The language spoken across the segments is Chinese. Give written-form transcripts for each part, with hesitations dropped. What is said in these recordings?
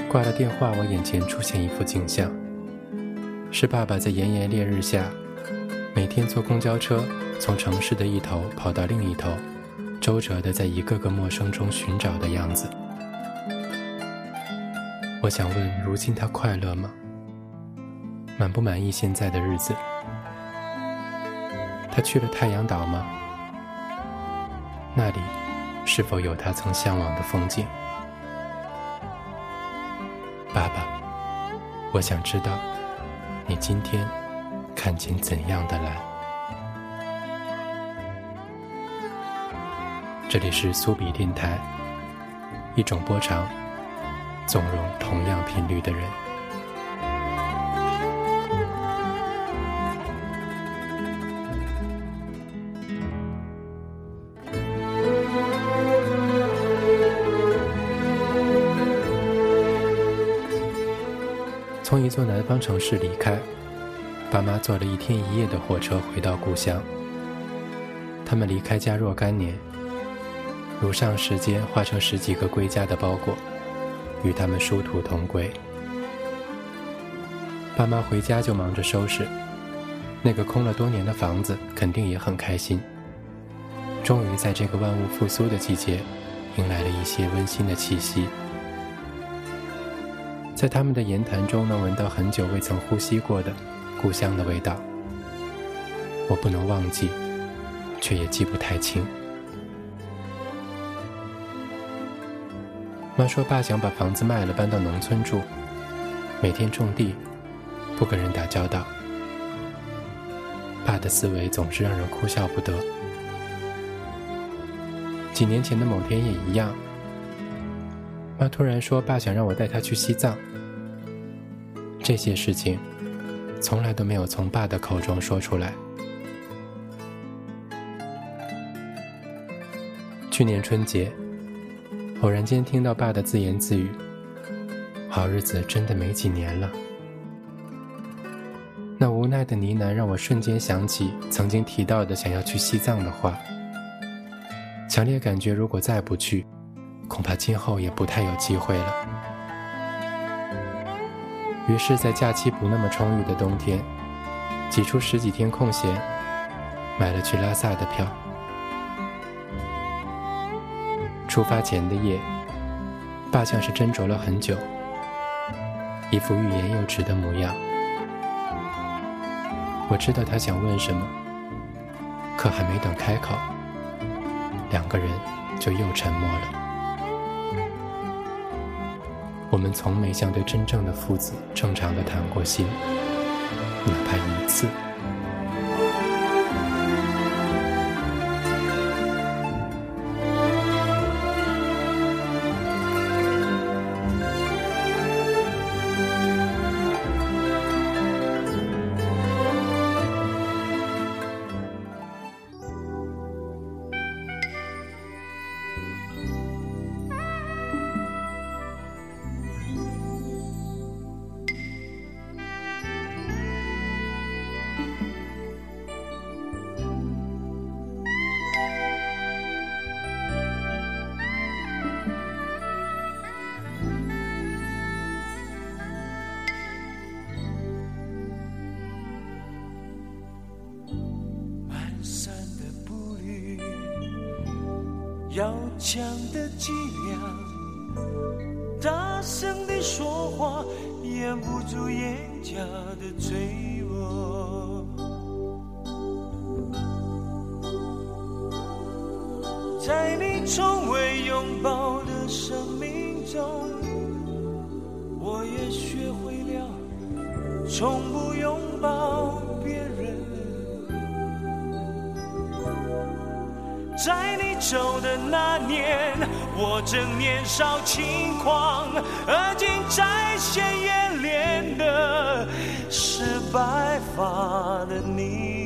挂了电话，我眼前出现一幅景象，是爸爸在炎炎烈日下每天坐公交车从城市的一头跑到另一头，周折地在一个个陌生中寻找的样子。我想问，如今他快乐吗？满不满意现在的日子？他去了太阳岛吗？那里是否有他曾向往的风景？爸爸，我想知道你今天看见怎样的蓝。这里是苏比电台，一种波长纵容同样频率的人。从一座南方城市离开，爸妈坐了1天1夜的火车回到故乡。他们离开家若干年，如上时间化成10几个归家的包裹，与他们殊途同归。爸妈回家就忙着收拾，那个空了多年的房子肯定也很开心。终于在这个万物复苏的季节，迎来了一些温馨的气息。在他们的言谈中能闻到很久未曾呼吸过的故乡的味道，我不能忘记，却也记不太清。妈说爸想把房子卖了搬到农村住，每天种地，不跟人打交道。爸的思维总是让人哭笑不得。几年前的某天也一样，妈突然说爸想让我带她去西藏。这些事情从来都没有从爸的口中说出来。去年春节，偶然间听到爸的自言自语，好日子真的没几年了。那无奈的呢喃让我瞬间想起曾经提到的想要去西藏的话，强烈感觉如果再不去，恐怕今后也不太有机会了。于是在假期不那么充裕的冬天，挤出10几天空闲，买了去拉萨的票。出发前的夜，爸像是斟酌了很久，一副欲言又止的模样。我知道他想问什么，可还没等开口，2个人就又沉默了。我们从没像对真正的父子正常的谈过心，哪怕一次。 要强的伎俩，大声地说话，掩不住眼角的脆弱。在你从未拥抱的生命中，我也学会了从不拥抱别人。在你走的那年，我正年少轻狂，而今再现眼帘的是白发的你。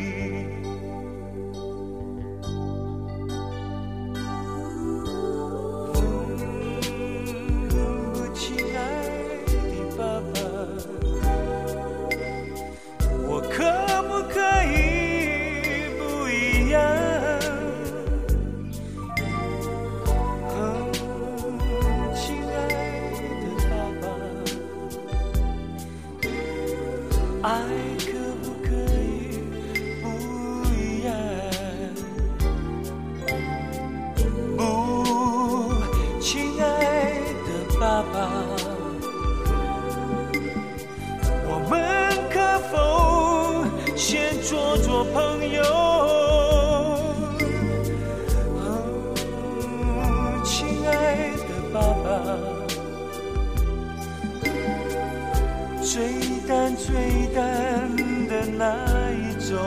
亲爱的爸爸，我可不可以不一样？亲爱的爸爱可不可以不一样？不，亲爱的爸爸，我们可否先做做朋友？亲爱的爸爸，最淡的那一种。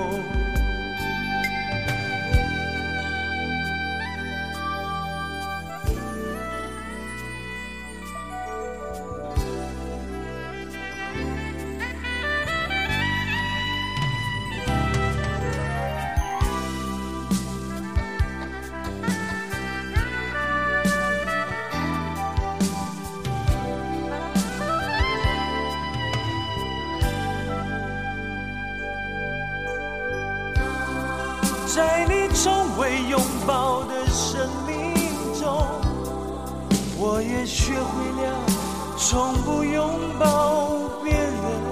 在你从未拥抱的生命中，我也学会了从不拥抱别人。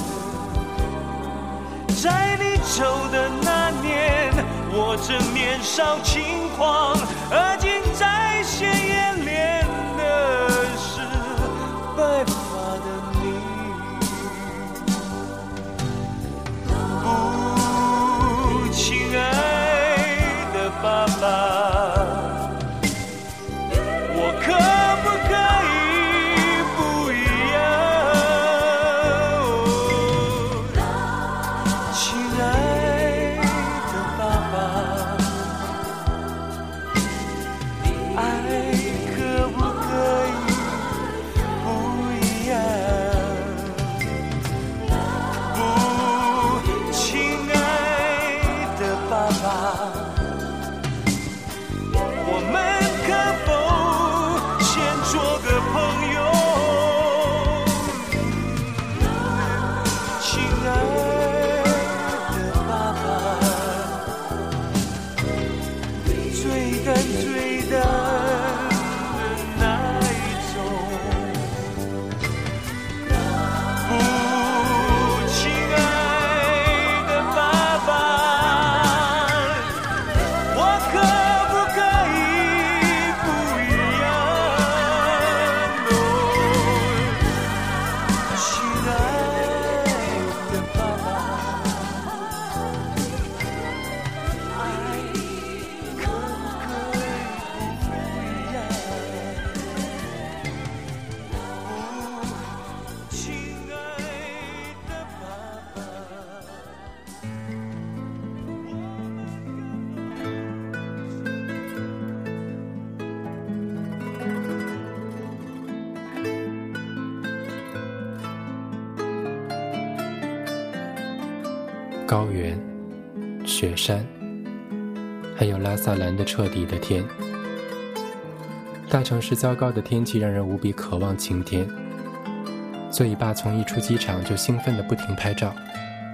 在你走的那年，我正年少轻狂，而今在显眼脸的是白发的你。不，亲爱的爸爸，我可不可以不一样？亲爱的爸爸，爱可不可以不一样？不，亲爱的爸爸，我们可否先做个朋友？亲爱的爸爸，最淡的那一种。不，亲爱的爸爸，我可不可以不一样？亲爱的爸爸，爱可不可以不一样？不，亲爱的爸爸。 高原、雪山，还有拉萨蓝的彻底的天。大城市糟糕的天气让人无比渴望晴天，所以爸从一出机场就兴奋地不停拍照。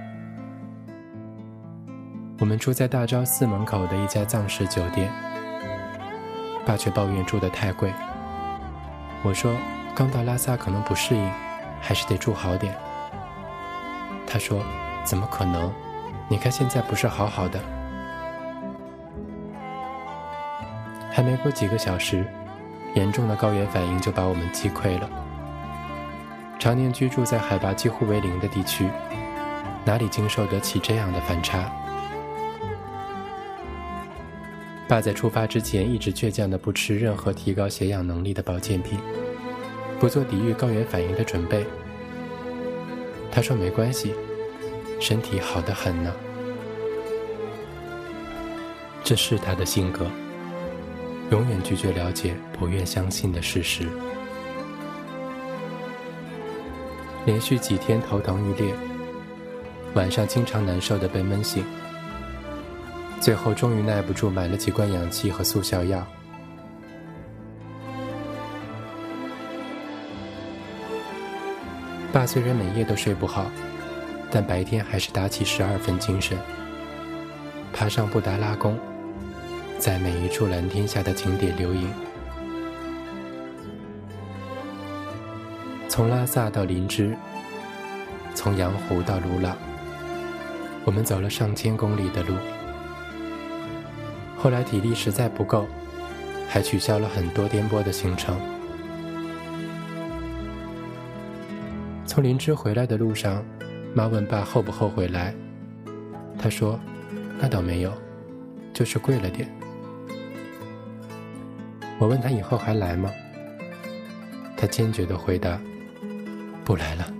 我们住在大昭寺门口的一家藏式酒店，爸却抱怨住得太贵。我说刚到拉萨可能不适应，还是得住好点。他说怎么可能，你看现在不是好好的。还没过几个小时，严重的高原反应就把我们击溃了。常年居住在海拔几乎为0的地区，哪里经受得起这样的反差？爸在出发之前一直倔强地不吃任何提高血氧能力的保健品，不做抵御高原反应的准备。他说没关系，身体好得很呢。这是他的性格，永远拒绝了解不愿相信的事实。连续几天头疼欲裂，晚上经常难受地被闷醒，最后终于耐不住买了几罐氧气和速效药。爸虽然每夜都睡不好，但白天还是打起12分精神，爬上布达拉宫，在每一处蓝天下的景点留影。从拉萨到林芝， 从羊湖到鲁朗，我们走了上千公里的路。后来体力实在不够，还取消了很多颠簸的行程。从林芝回来的路上，妈问爸后不后悔来，他说那倒没有，就是贵了点。我问他以后还来吗？他坚决地回答，不来了。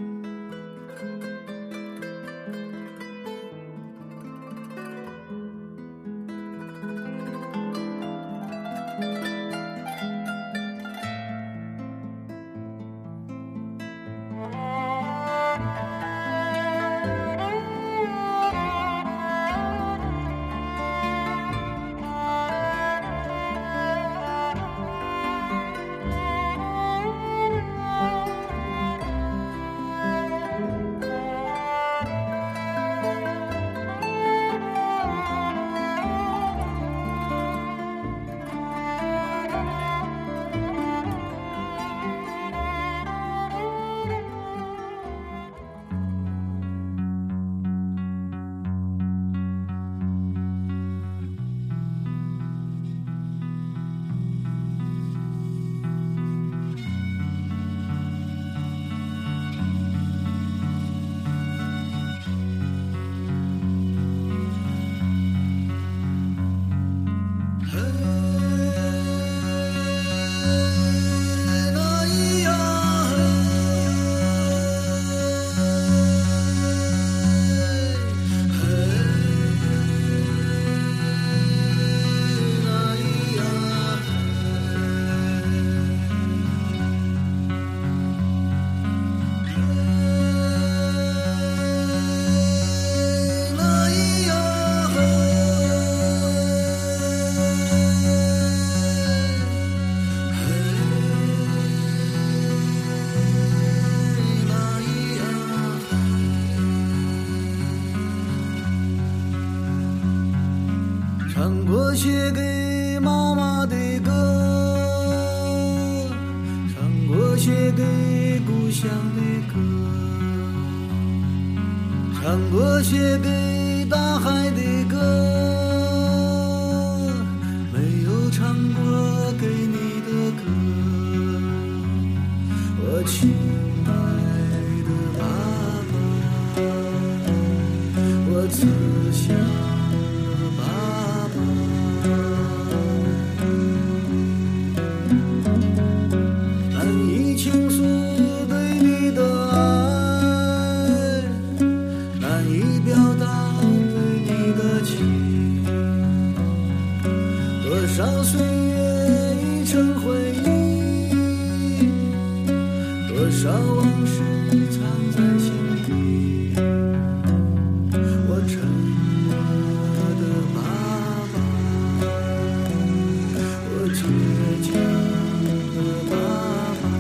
唱过写给妈妈的歌，唱过写给故乡的歌，唱过写给大海的歌，没有唱过给你的歌，我亲爱的爸爸，我慈祥的爸爸，难以倾诉对你的爱，难以表达对你的情，多少岁月已成回忆，多少往事藏在心底，我沉默的爸爸，我倔强的爸爸。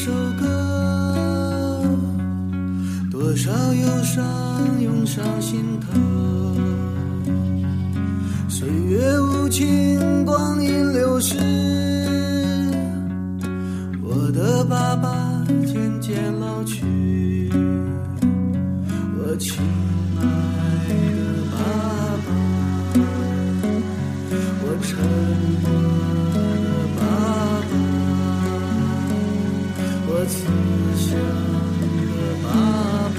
首歌，多少忧伤涌上心头。岁月无情，光阴流逝，我的爸爸渐渐老去，我亲爱的爸爸，我沉默的爸爸，我慈祥的爸爸，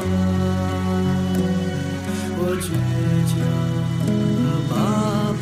我倔强的爸爸。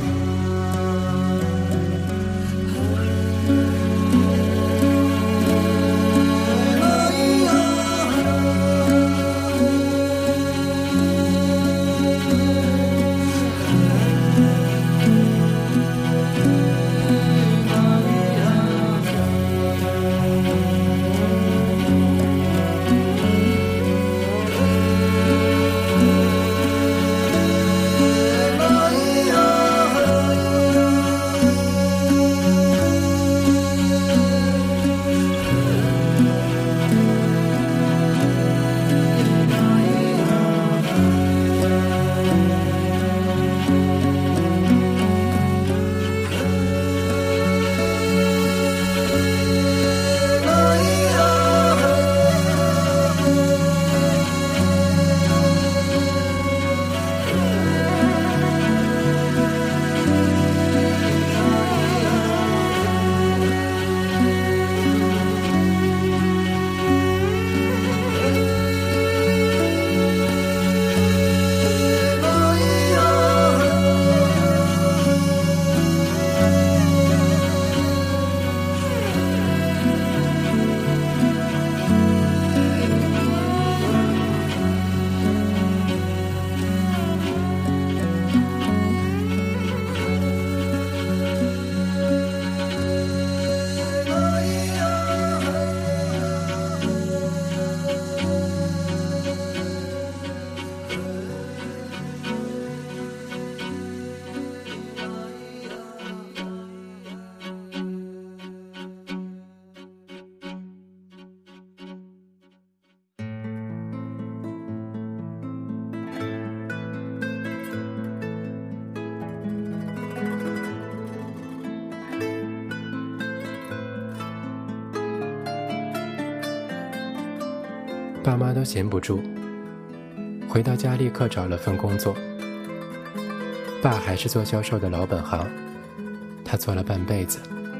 爸妈都闲不住，回到家立刻找了份工作。爸还是做销售的老本行，他做了半辈子。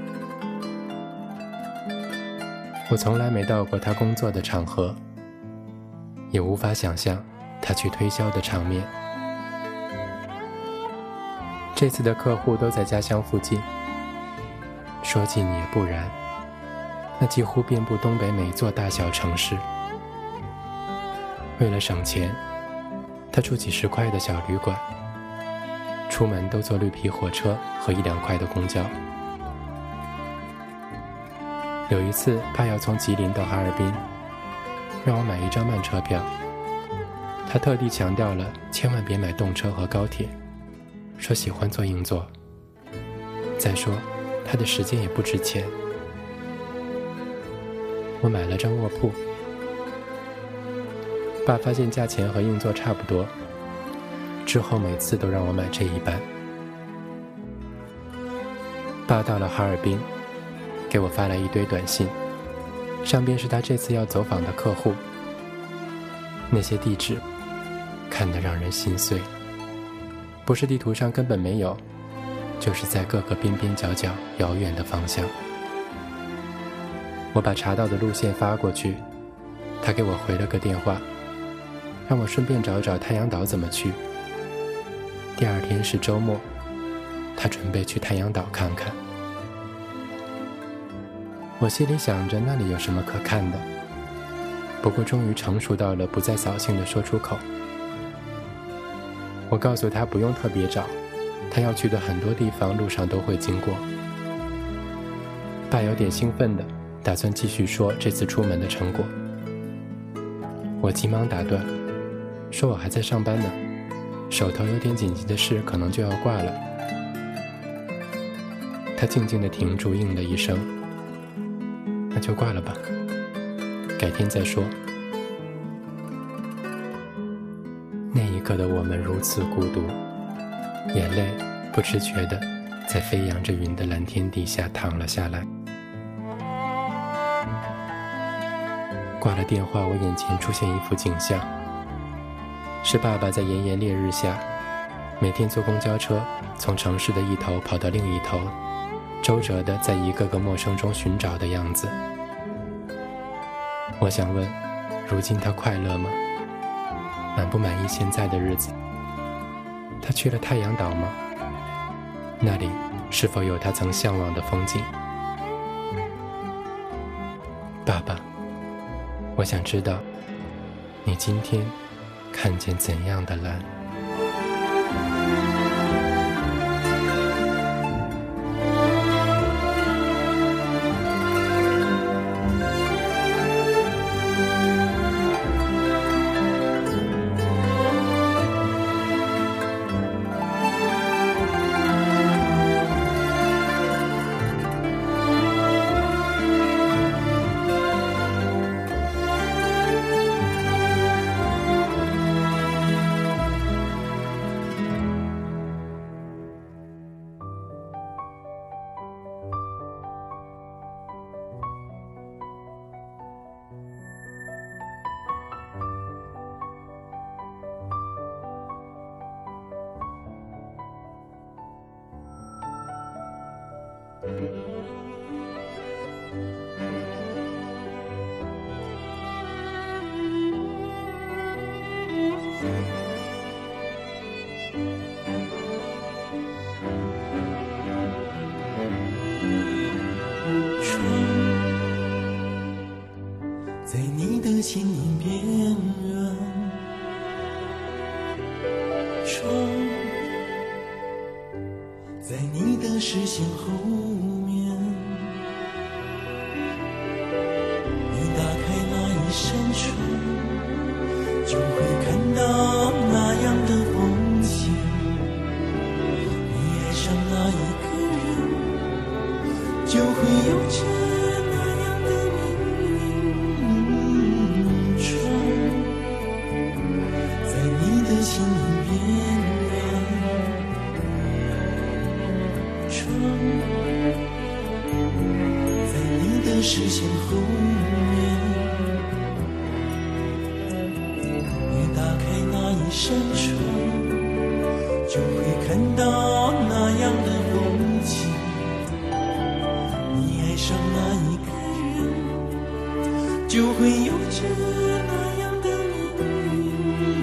我从来没到过他工作的场合，也无法想象他去推销的场面。这次的客户都在家乡附近，说近也不然，那几乎遍布东北每座大小城市。为了省钱，他住几10块的小旅馆，出门都坐绿皮火车和1-2块的公交。有一次爸要从吉林到哈尔滨，让我买1张慢车票，他特地强调了千万别买动车和高铁，说喜欢坐硬座，再说他的时间也不值钱。我买了张卧铺，爸发现价钱和硬座差不多，之后每次都让我买这一班。爸到了哈尔滨，给我发来一堆短信，上边是他这次要走访的客户，那些地址看得让人心碎，不是地图上根本没有，就是在各个边边角角遥远的方向。我把查到的路线发过去，他给我回了个电话，让我顺便找找太阳岛怎么去。第2天是周末，他准备去太阳岛看看。我心里想着那里有什么可看的，不过终于成熟到了不再扫兴地说出口。我告诉他不用特别找，他要去的很多地方路上都会经过。爸有点兴奋的打算继续说这次出门的成果，我急忙打断，说我还在上班呢，手头有点紧急的事，可能就要挂了。他静静地停住，应了一声，那就挂了吧。 改天再说。那一刻的我们如此孤独，眼泪不知觉地在飞扬着云的蓝天底下淌了下来。挂了电话，我眼前出现一幅景象，是爸爸在炎炎烈日下，每天坐公交车从城市的一头跑到另一头，周折地在一个个陌生中寻找的样子。我想问，如今他快乐吗？满不满意现在的日子？他去了太阳岛吗？那里是否有他曾向往的风景？爸爸，我想知道你今天看见怎样的蓝？ 在你的心灵边缘，窗在你的视线后面，你打开那一扇窗，就会看到那样的风景。你爱上那一个人，就会有着那样的命运。窗在你的心灵边缘，窗在你的视线后面，你打开那一扇窗，就会看到那样的风景。你爱上那一个人，就会有着那样的命运。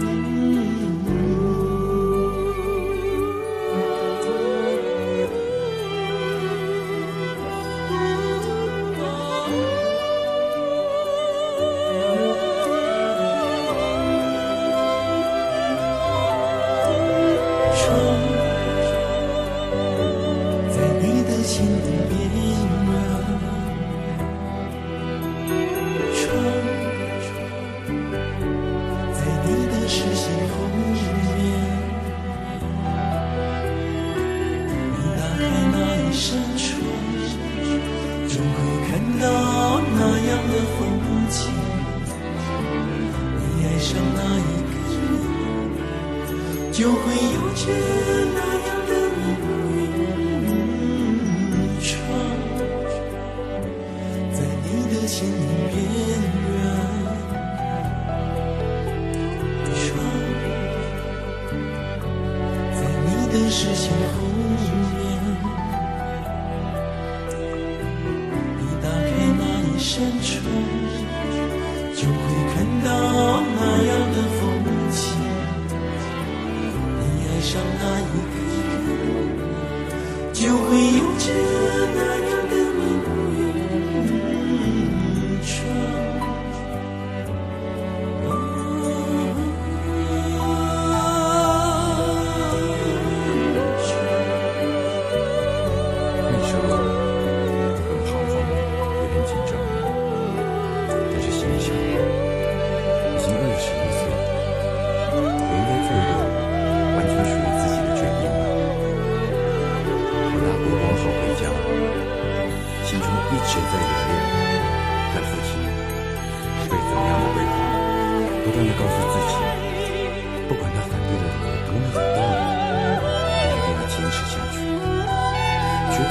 窗在你的心灵边缘，窗在你的视线后面，你打开那一扇窗，就会看到那样的风景。你爱上那一个人，就会有着那样的命运。窗在你的心灵边缘，窗在你的视线后面，你打开那一扇窗，就会看到那样的风景。你爱上那一个人，就会有着那样的命运。窗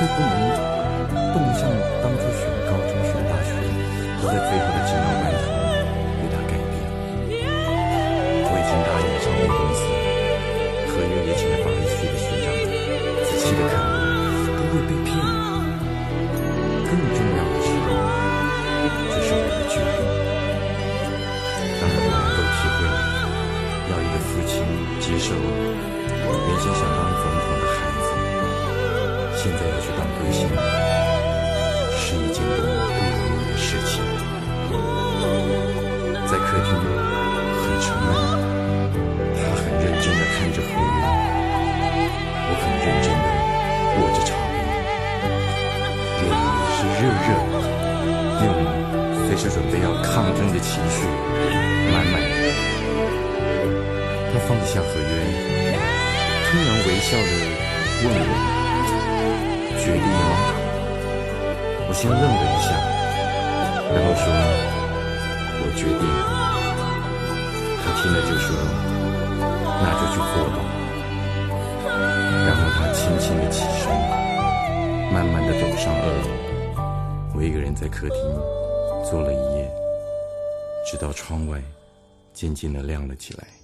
都不能不能像当初选高中选大学都在最后的几秒关头为他改变。我已经答应了唱片公司，合约也请了法律系的学长仔细的看过，不会被骗。更重要的是，这是我的决定。当然我能够体会要一个父亲接受原先想当总统的孩子现在要去当歌星是一件多么不容易的事情。在客厅很沉闷，他很认真地看着合约，我很认真地握着唱片，眼里是热热的，那种随时准备要抗争的情绪满满的。他放下合约，突然微笑地问我决定了吗？我先愣了一下，然后说我决定了。他听了就说那就去做吧。然后他轻轻地起身，慢慢地走上2楼。我一个人在客厅坐了一夜，直到窗外渐渐地亮了起来。